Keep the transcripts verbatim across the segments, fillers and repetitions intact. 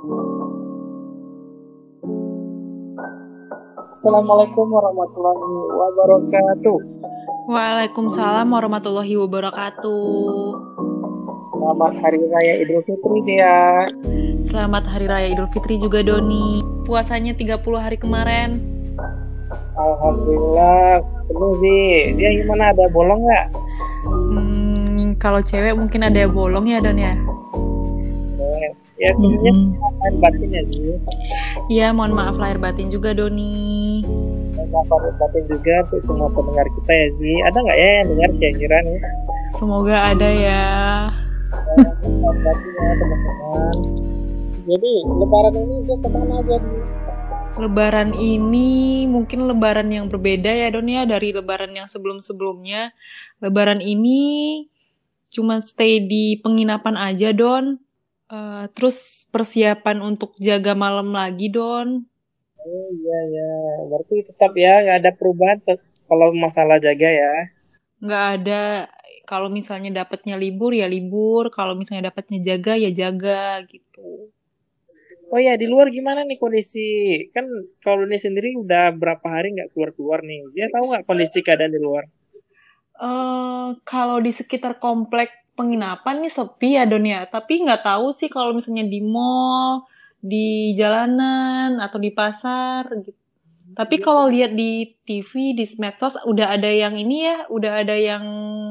Assalamualaikum warahmatullahi wabarakatuh. Waalaikumsalam warahmatullahi wabarakatuh. Selamat Hari Raya Idul Fitri Zia. Selamat Hari Raya Idul Fitri juga Doni. Puasanya tiga puluh hari kemarin. Alhamdulillah penuh sih. Zia gimana, ada bolong nggak? Hmm, kalau cewek mungkin ada bolong ya Don ya? Eh, Ya sebenarnya main batin ya sih. Iya, mohon maaf lahir batin juga Doni. Maaf lahir batin juga untuk semua pendengar kita ya sih. Ada nggak ya yang dengar kira-kira nih? Semoga ada ya. Maaf batin ya teman-teman. Jadi Lebaran ini Zia kemana aja sih? Lebaran ini mungkin lebaran yang berbeda ya Don ya dari lebaran yang sebelum-sebelumnya. Lebaran ini cuma stay di penginapan aja Don. Uh, terus persiapan untuk jaga malam lagi Don. Oh iya ya, berarti tetap ya nggak ada perubahan te- kalau masalah jaga ya. Nggak ada, kalau misalnya dapatnya libur ya libur, kalau misalnya dapatnya jaga ya jaga gitu. Oh ya, di luar gimana nih kondisi? Kan kalau ini sendiri udah berapa hari nggak keluar-keluar nih. Zia tahu nggak kondisi keadaan di luar? Eh kalau di sekitar komplek penginapan nih sepi ya Don ya, tapi nggak tahu sih kalau misalnya di mall, di jalanan atau di pasar gitu. Tapi Iya, kalau lihat di T V, di medsos udah ada yang ini ya, udah ada yang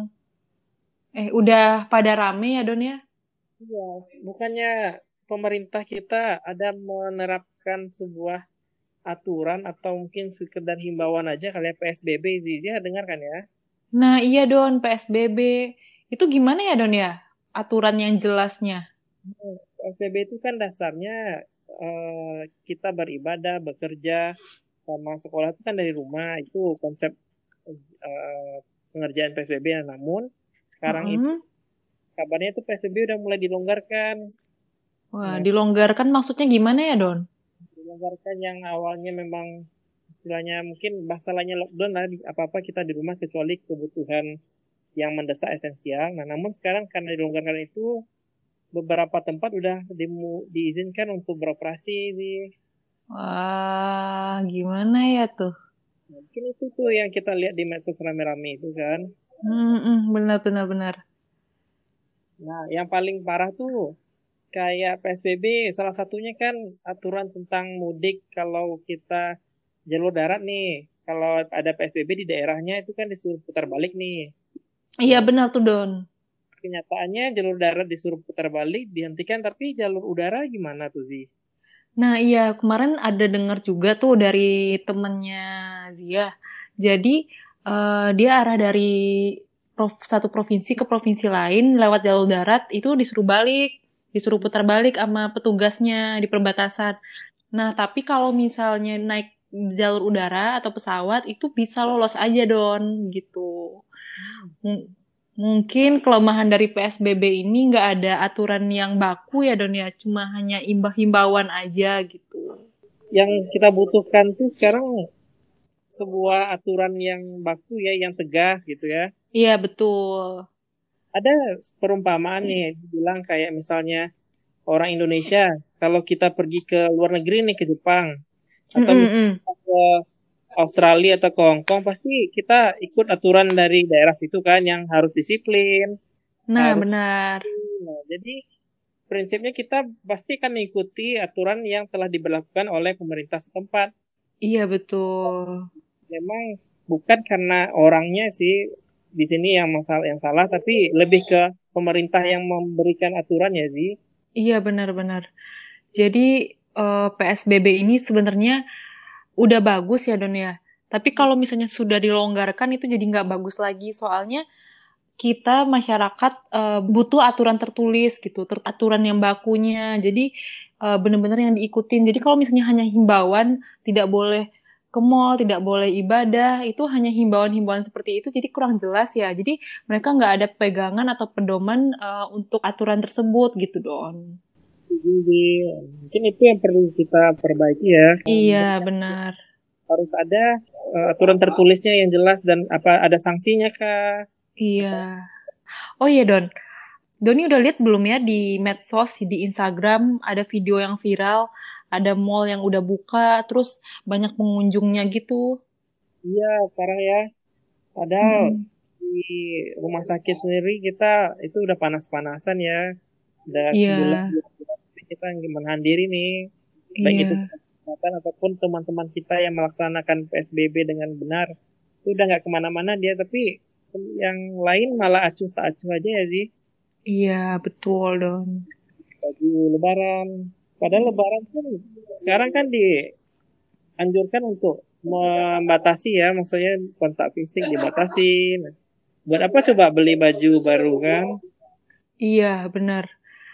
eh udah pada rame ya Don ya. iya. Bukannya pemerintah kita ada menerapkan sebuah aturan atau mungkin sekedar himbauan aja kali ya P S B B sih. Zia dengar kan ya? Nah iya Don, P S B B. Itu gimana ya Don ya? Aturan yang jelasnya. Hmm, P S B B itu kan dasarnya eh, kita beribadah, bekerja, sama sekolah itu kan dari rumah. Itu konsep eh, pengerjaan P S B B. Namun sekarang itu Mm-mm. kabarnya itu P S B B udah mulai dilonggarkan. Wah, Nah, dilonggarkan maksudnya gimana ya Don? dilonggarkan yang awalnya memang istilahnya mungkin bahasa lainnya lockdown lah, di- apa-apa kita di rumah kecuali kebutuhan yang mendesak esensial. Nah, namun sekarang karena dilonggarkan itu beberapa tempat udah dimu- diizinkan untuk beroperasi sih. Wah, gimana ya tuh? Nah, mungkin itu tuh yang kita lihat di medsos rame-rame itu kan. Hmm, benar benar benar. Nah, yang paling parah tuh kayak P S B B, salah satunya kan aturan tentang mudik kalau kita jalur darat nih. Kalau ada P S B B di daerahnya itu kan disuruh putar balik nih. Iya Nah, benar tuh Don. kenyataannya jalur darat disuruh putar balik, dihentikan, tapi jalur udara gimana tuh sih? Nah iya kemarin ada dengar juga tuh dari temennya Zia. Jadi eh, dia arah dari prov- satu provinsi ke provinsi lain lewat jalur darat itu disuruh balik, disuruh putar balik sama petugasnya di perbatasan. Nah, tapi kalau misalnya naik jalur udara atau pesawat itu bisa lolos aja Don gitu. M- Mungkin kelemahan dari P S B B ini nggak ada aturan yang baku ya Don ya, cuma hanya imbah-himbauan aja gitu. Yang kita butuhkan tuh sekarang sebuah aturan yang baku ya, yang tegas gitu ya. Iya betul. Ada perumpamaan nih, bilang kayak misalnya orang Indonesia, kalau kita pergi ke luar negeri nih, ke Jepang, atau Mm-mm-mm. misalnya ke Australia atau ke Hong Kong, pasti kita ikut aturan dari daerah situ kan, yang harus disiplin, Nah harus. benar. Nah, jadi prinsipnya kita pasti akan mengikuti aturan yang telah diberlakukan oleh pemerintah setempat. Iya betul. Memang bukan karena orangnya sih di sini yang masalah yang salah, tapi lebih ke pemerintah yang memberikan aturan ya sih. Iya benar-benar. Jadi eh, P S B B ini sebenarnya udah bagus ya Don ya. Tapi kalau misalnya sudah dilonggarkan itu jadi nggak bagus lagi. Soalnya kita masyarakat eh, butuh aturan tertulis gitu, ter- aturan yang bakunya. Jadi eh, benar-benar yang diikutin. Jadi kalau misalnya hanya himbauan, tidak boleh ke mall, tidak boleh ibadah, itu hanya himbauan-himbauan seperti itu, jadi kurang jelas ya. Jadi mereka nggak ada pegangan atau pedoman eh, untuk aturan tersebut gitu, Don. Setuju sih. Mungkin itu yang perlu kita perbaiki ya. Iya, benar. Harus ada uh, aturan tertulisnya yang jelas dan apa ada sanksinya kah? Iya. Oh iya, Don. Doni udah lihat belum ya di medsos, di Instagram ada video yang viral, ada mall yang udah buka, terus banyak pengunjungnya gitu. Iya, parah ya. Padahal Mm-mm. di rumah sakit sendiri kita itu udah panas-panasan ya. Udah Iya, sebulan dua bulan kita menahan diri nih. Baik itu iya, kesehatan ataupun teman-teman kita yang melaksanakan P S B B dengan benar. Itu udah nggak kemana-mana dia, tapi yang lain malah acuh tak acuh aja ya sih. iya, betul Don. Baju lebaran. Padahal lebaran pun sekarang kan dianjurkan untuk membatasi ya, maksudnya kontak fisik dibatasi. Nah, buat apa coba beli baju baru kan? Iya, benar.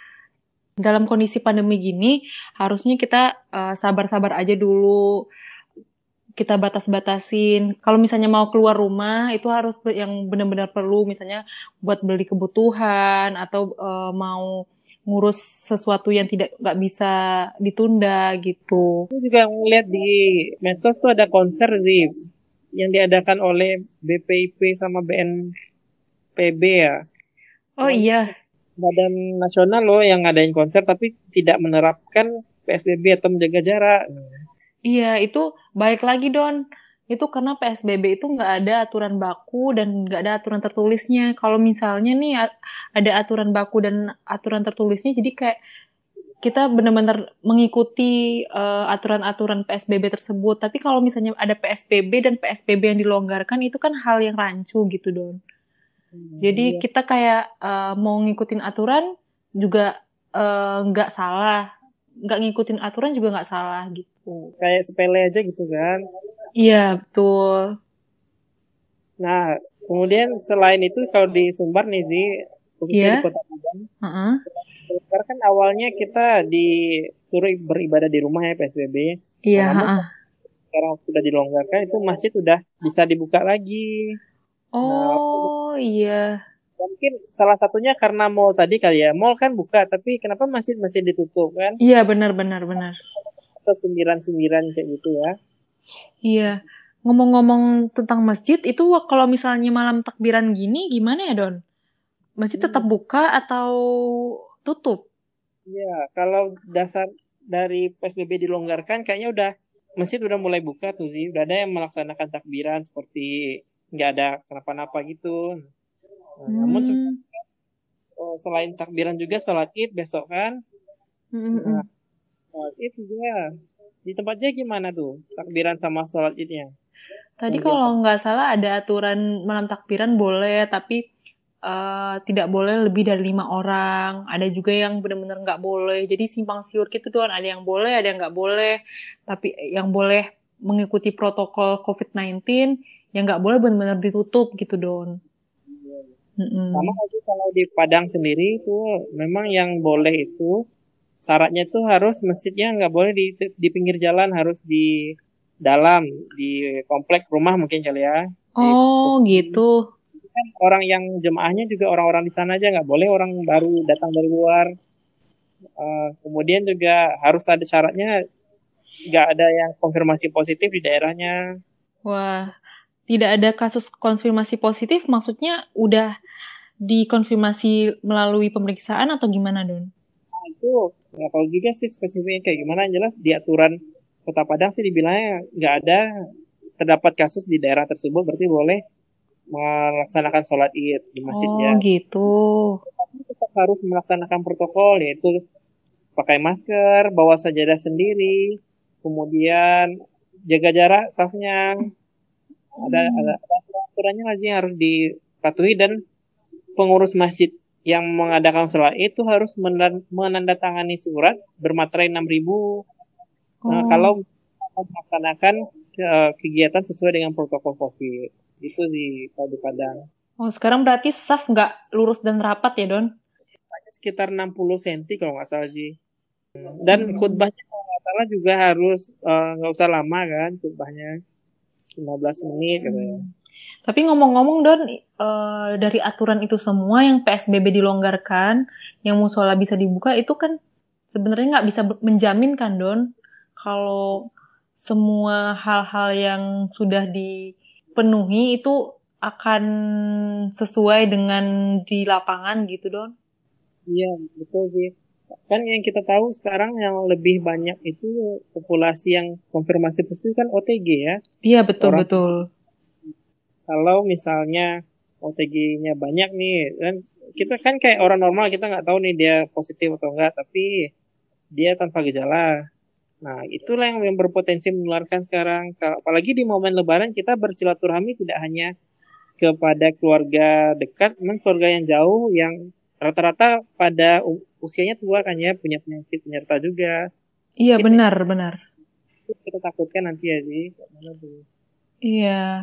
Dalam kondisi pandemi gini, harusnya kita eh, sabar-sabar aja dulu. Kita batas-batasin. Kalau misalnya mau keluar rumah, itu harus yang benar-benar perlu, misalnya buat beli kebutuhan atau eh, mau ngurus sesuatu yang tidak nggak bisa ditunda gitu. Aku juga ngeliat di medsos tuh ada konser sih yang diadakan oleh B P I P sama B N P B ya. Oh Pokoknya iya, badan nasional loh yang ngadain konser tapi tidak menerapkan P S B B atau menjaga jarak. iya itu balik lagi Don. Itu karena P S B B itu nggak ada aturan baku dan nggak ada aturan tertulisnya. Kalau misalnya nih a- ada aturan baku dan aturan tertulisnya, jadi kayak kita benar-benar mengikuti eh, aturan-aturan P S B B tersebut. Tapi kalau misalnya ada P S B B dan P S B B yang dilonggarkan, itu kan hal yang rancu gitu, Don. Hmm, Jadi iya. kita kayak eh, mau ngikutin aturan juga eh, nggak salah. Nggak ngikutin aturan juga nggak salah gitu. Kayak sepele aja gitu kan. Iya, betul. Nah, kemudian selain itu kalau di Sumbar nih sih, khususnya di Iya, Kota Padang, heeh. selain Sumbar kan awalnya kita disuruh beribadah di rumah ya P S B B. Nah, Iya, namun heeh. sekarang sudah dilonggarkan itu masjid udah bisa dibuka lagi. Nah, Oh, iya. mungkin salah satunya karena mall tadi kali ya. Mall kan buka, tapi kenapa masjid masih ditutup kan? Iya, benar benar benar. Atau sembilan-sembilan kayak gitu ya. Iya. Ngomong-ngomong tentang masjid, itu kalau misalnya malam takbiran gini gimana ya, Don? Masjid tetap Hmm, buka atau tutup? ya, kalau dasar dari P S B B dilonggarkan, kayaknya udah masjid udah mulai buka tuh sih. Udah ada yang melaksanakan takbiran seperti nggak ada kenapa-napa gitu. Nah, namun se- Hmm. eh, selain takbiran juga sholat Id besok kan. Nah, Mm-mm. sholat Id juga di tempatnya gimana tuh takbiran sama sholat Idnya Tadi yang kalau dilakukan? nggak salah ada aturan malam takbiran boleh, tapi eh, tidak boleh lebih dari lima orang. Ada juga yang benar-benar nggak boleh. Jadi simpang siur gitu doang. Ada yang boleh, ada yang nggak boleh. Tapi yang boleh mengikuti protokol covid sembilan belas, yang nggak boleh benar-benar ditutup gitu, Don. Sama Mm-mm. lagi kalau di Padang sendiri itu memang yang boleh itu syaratnya itu harus masjidnya nggak boleh di, di pinggir jalan, harus di dalam di komplek rumah mungkin kali ya. Di, Oh, gitu. kan orang yang jemaahnya juga orang-orang di sana aja, nggak boleh orang baru datang dari luar. Eh, kemudian juga harus ada syaratnya nggak ada yang konfirmasi positif di daerahnya. Wah, tidak ada kasus konfirmasi positif, maksudnya udah dikonfirmasi melalui pemeriksaan atau gimana, Don? Nah, itu nggak tahu juga sih spesifiknya kayak gimana. Yang jelas di aturan Kota Padang sih dibilangnya nggak ada terdapat kasus di daerah tersebut, berarti boleh melaksanakan sholat id di Oh, masjidnya. gitu. Tapi tetap harus melaksanakan protokol, yaitu pakai masker, bawa sajadah sendiri, kemudian jaga jarak safnya, ada ada, Hmm. ada aturannya lagi yang harus dipatuhi, dan pengurus masjid yang mengadakan sholat id itu harus menandatangani surat bermaterai enam ribu eh, kalau Oh. melaksanakan eh, kegiatan sesuai dengan protokol COVID. Itu sih kalau di Padang. Oh, sekarang berarti saf nggak lurus dan rapat ya, Don? Sekitar enam puluh senti kalau nggak salah sih. Dan Hmm. khutbahnya kalau nggak salah juga harus eh, nggak usah lama kan khutbahnya, lima belas menit katanya. Hmm. Tapi ngomong-ngomong, Don, eh, dari aturan itu semua yang P S B B dilonggarkan, yang musola bisa dibuka, itu kan sebenarnya nggak bisa ber- menjamin kan, Don, kalau semua hal-hal yang sudah dipenuhi itu akan sesuai dengan di lapangan gitu, Don. Iya, betul sih. Kan yang kita tahu sekarang yang lebih banyak itu populasi yang konfirmasi positif kan O T G ya. Iya, betul Orang betul. kalau misalnya O T G-nya banyak nih, dan kita kan kayak orang normal kita nggak tahu nih dia positif atau enggak, tapi dia tanpa gejala. Nah, itulah yang, yang berpotensi menularkan sekarang. Kalau- Apalagi di momen Lebaran kita bersilaturahmi tidak hanya kepada keluarga dekat, memang keluarga yang jauh yang rata-rata pada u- usianya tua kan ya, punya penyakit penyerta juga. Iya, Mungkin benar, benar. itu kita takutkan nanti ya sih. Mana tuh? Iya.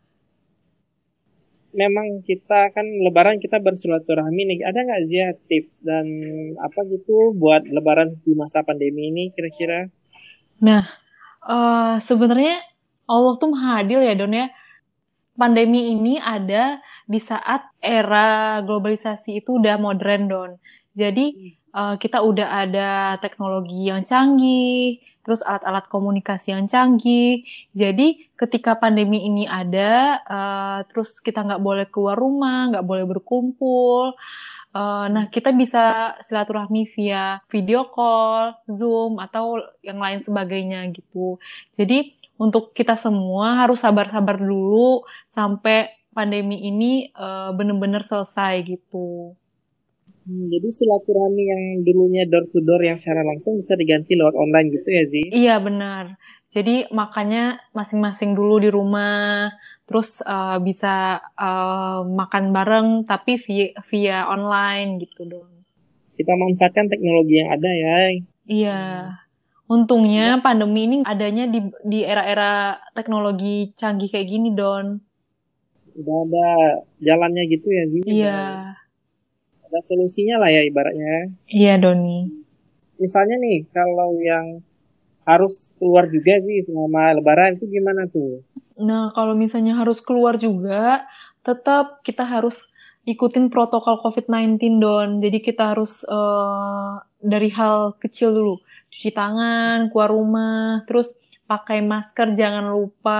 Memang kita kan Lebaran kita bersilaturahmi nih. Ada nggak sih ya tips dan apa gitu buat Lebaran di masa pandemi ini kira-kira? Nah, eh, sebenarnya Allah tuh maha adil ya, Don ya. Pandemi ini ada di saat era globalisasi itu udah modern, Don. Jadi eh, kita udah ada teknologi yang canggih, terus alat-alat komunikasi yang canggih. Jadi ketika pandemi ini ada, eh, terus kita nggak boleh keluar rumah, nggak boleh berkumpul. eh, nah, kita bisa silaturahmi via video call, Zoom, atau yang lain sebagainya gitu. Jadi untuk kita semua harus sabar-sabar dulu sampai pandemi ini uh, benar-benar selesai gitu. Hmm, jadi silaturahmi yang dulunya door to door yang secara langsung bisa diganti lewat online gitu ya sih? Iya benar. Jadi makanya masing-masing dulu di rumah, terus uh, bisa uh, makan bareng tapi via, via online gitu dong. Kita manfaatkan teknologi yang ada ya. Iya. Untungnya pandemi ini adanya di di era-era teknologi canggih kayak gini, Don. Udah ada jalannya gitu ya sih. Iya. Udah ada solusinya lah ya ibaratnya. Iya, Doni. Misalnya nih kalau yang harus keluar juga sih selama Lebaran itu gimana tuh? Nah, kalau misalnya harus keluar juga, tetap kita harus ikutin protokol covid sembilan belas, Don. Jadi kita harus eh, dari hal kecil dulu. Cuci tangan, keluar rumah, terus pakai masker, jangan lupa.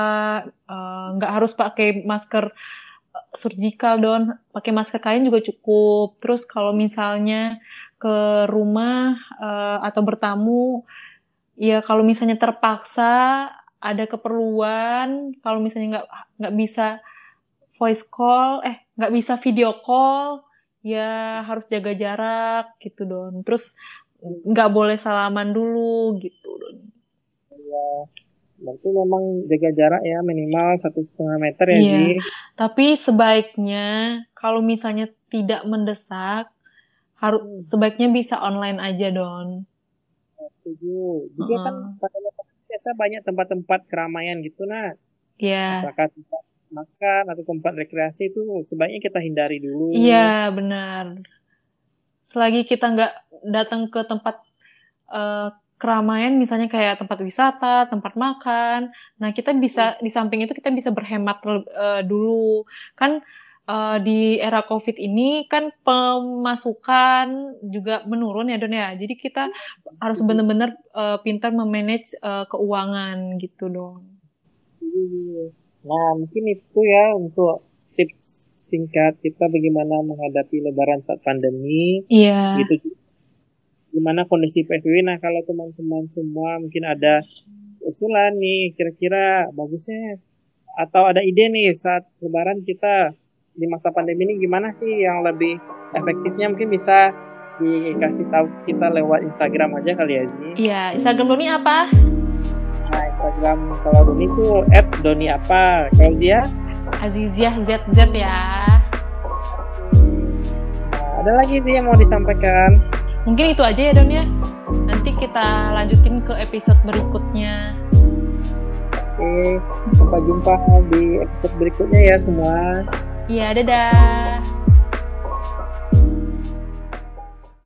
eh, nggak harus pakai masker eh, surgical, Don. Pakai masker kain juga cukup. Terus kalau misalnya ke rumah eh, atau bertamu, ya kalau misalnya terpaksa ada keperluan, kalau misalnya nggak nggak bisa voice call, eh nggak bisa video call, ya harus jaga jarak gitu Don. Terus nggak boleh salaman dulu gitu Don. Ya, berarti memang jaga jarak ya minimal satu setengah meter ya Iya, sih. tapi sebaiknya kalau misalnya tidak mendesak, harus Hmm, sebaiknya bisa online aja Don. setuju. Juga kan Heeh. pada Lebaran biasa banyak tempat-tempat keramaian gitu nah. Iya, Apakah tempat makan atau tempat rekreasi itu sebaiknya kita hindari iya dulu. benar. Selagi kita nggak datang ke tempat eh, keramaian, misalnya kayak tempat wisata, tempat makan. Nah, kita bisa di samping itu kita bisa berhemat eh, dulu. Kan eh, di era COVID ini kan pemasukan juga menurun ya Don ya. Jadi kita harus benar-benar eh, pintar memanage eh, keuangan gitu dong. Nah, mungkin itu ya untuk tips singkat kita bagaimana menghadapi Lebaran saat pandemi. Iya. Gitu gimana kondisi P S B B. Nah, kalau teman-teman semua mungkin ada usulan nih, kira-kira bagusnya atau ada ide nih saat Lebaran kita di masa pandemi ini gimana sih yang lebih efektifnya mungkin bisa dikasih tahu kita lewat Instagram aja kali ya Zi. Iya, Instagram Doni apa? Nah, Instagram kalau Doni itu at Doni apa. Kalau Zia? Aziziah Z Z ya. Nah, ada lagi sih yang mau disampaikan. Mungkin itu aja ya Don ya. Nanti kita lanjutin ke episode berikutnya. Oke, sampai jumpa di episode berikutnya ya semua. Iya, dadah.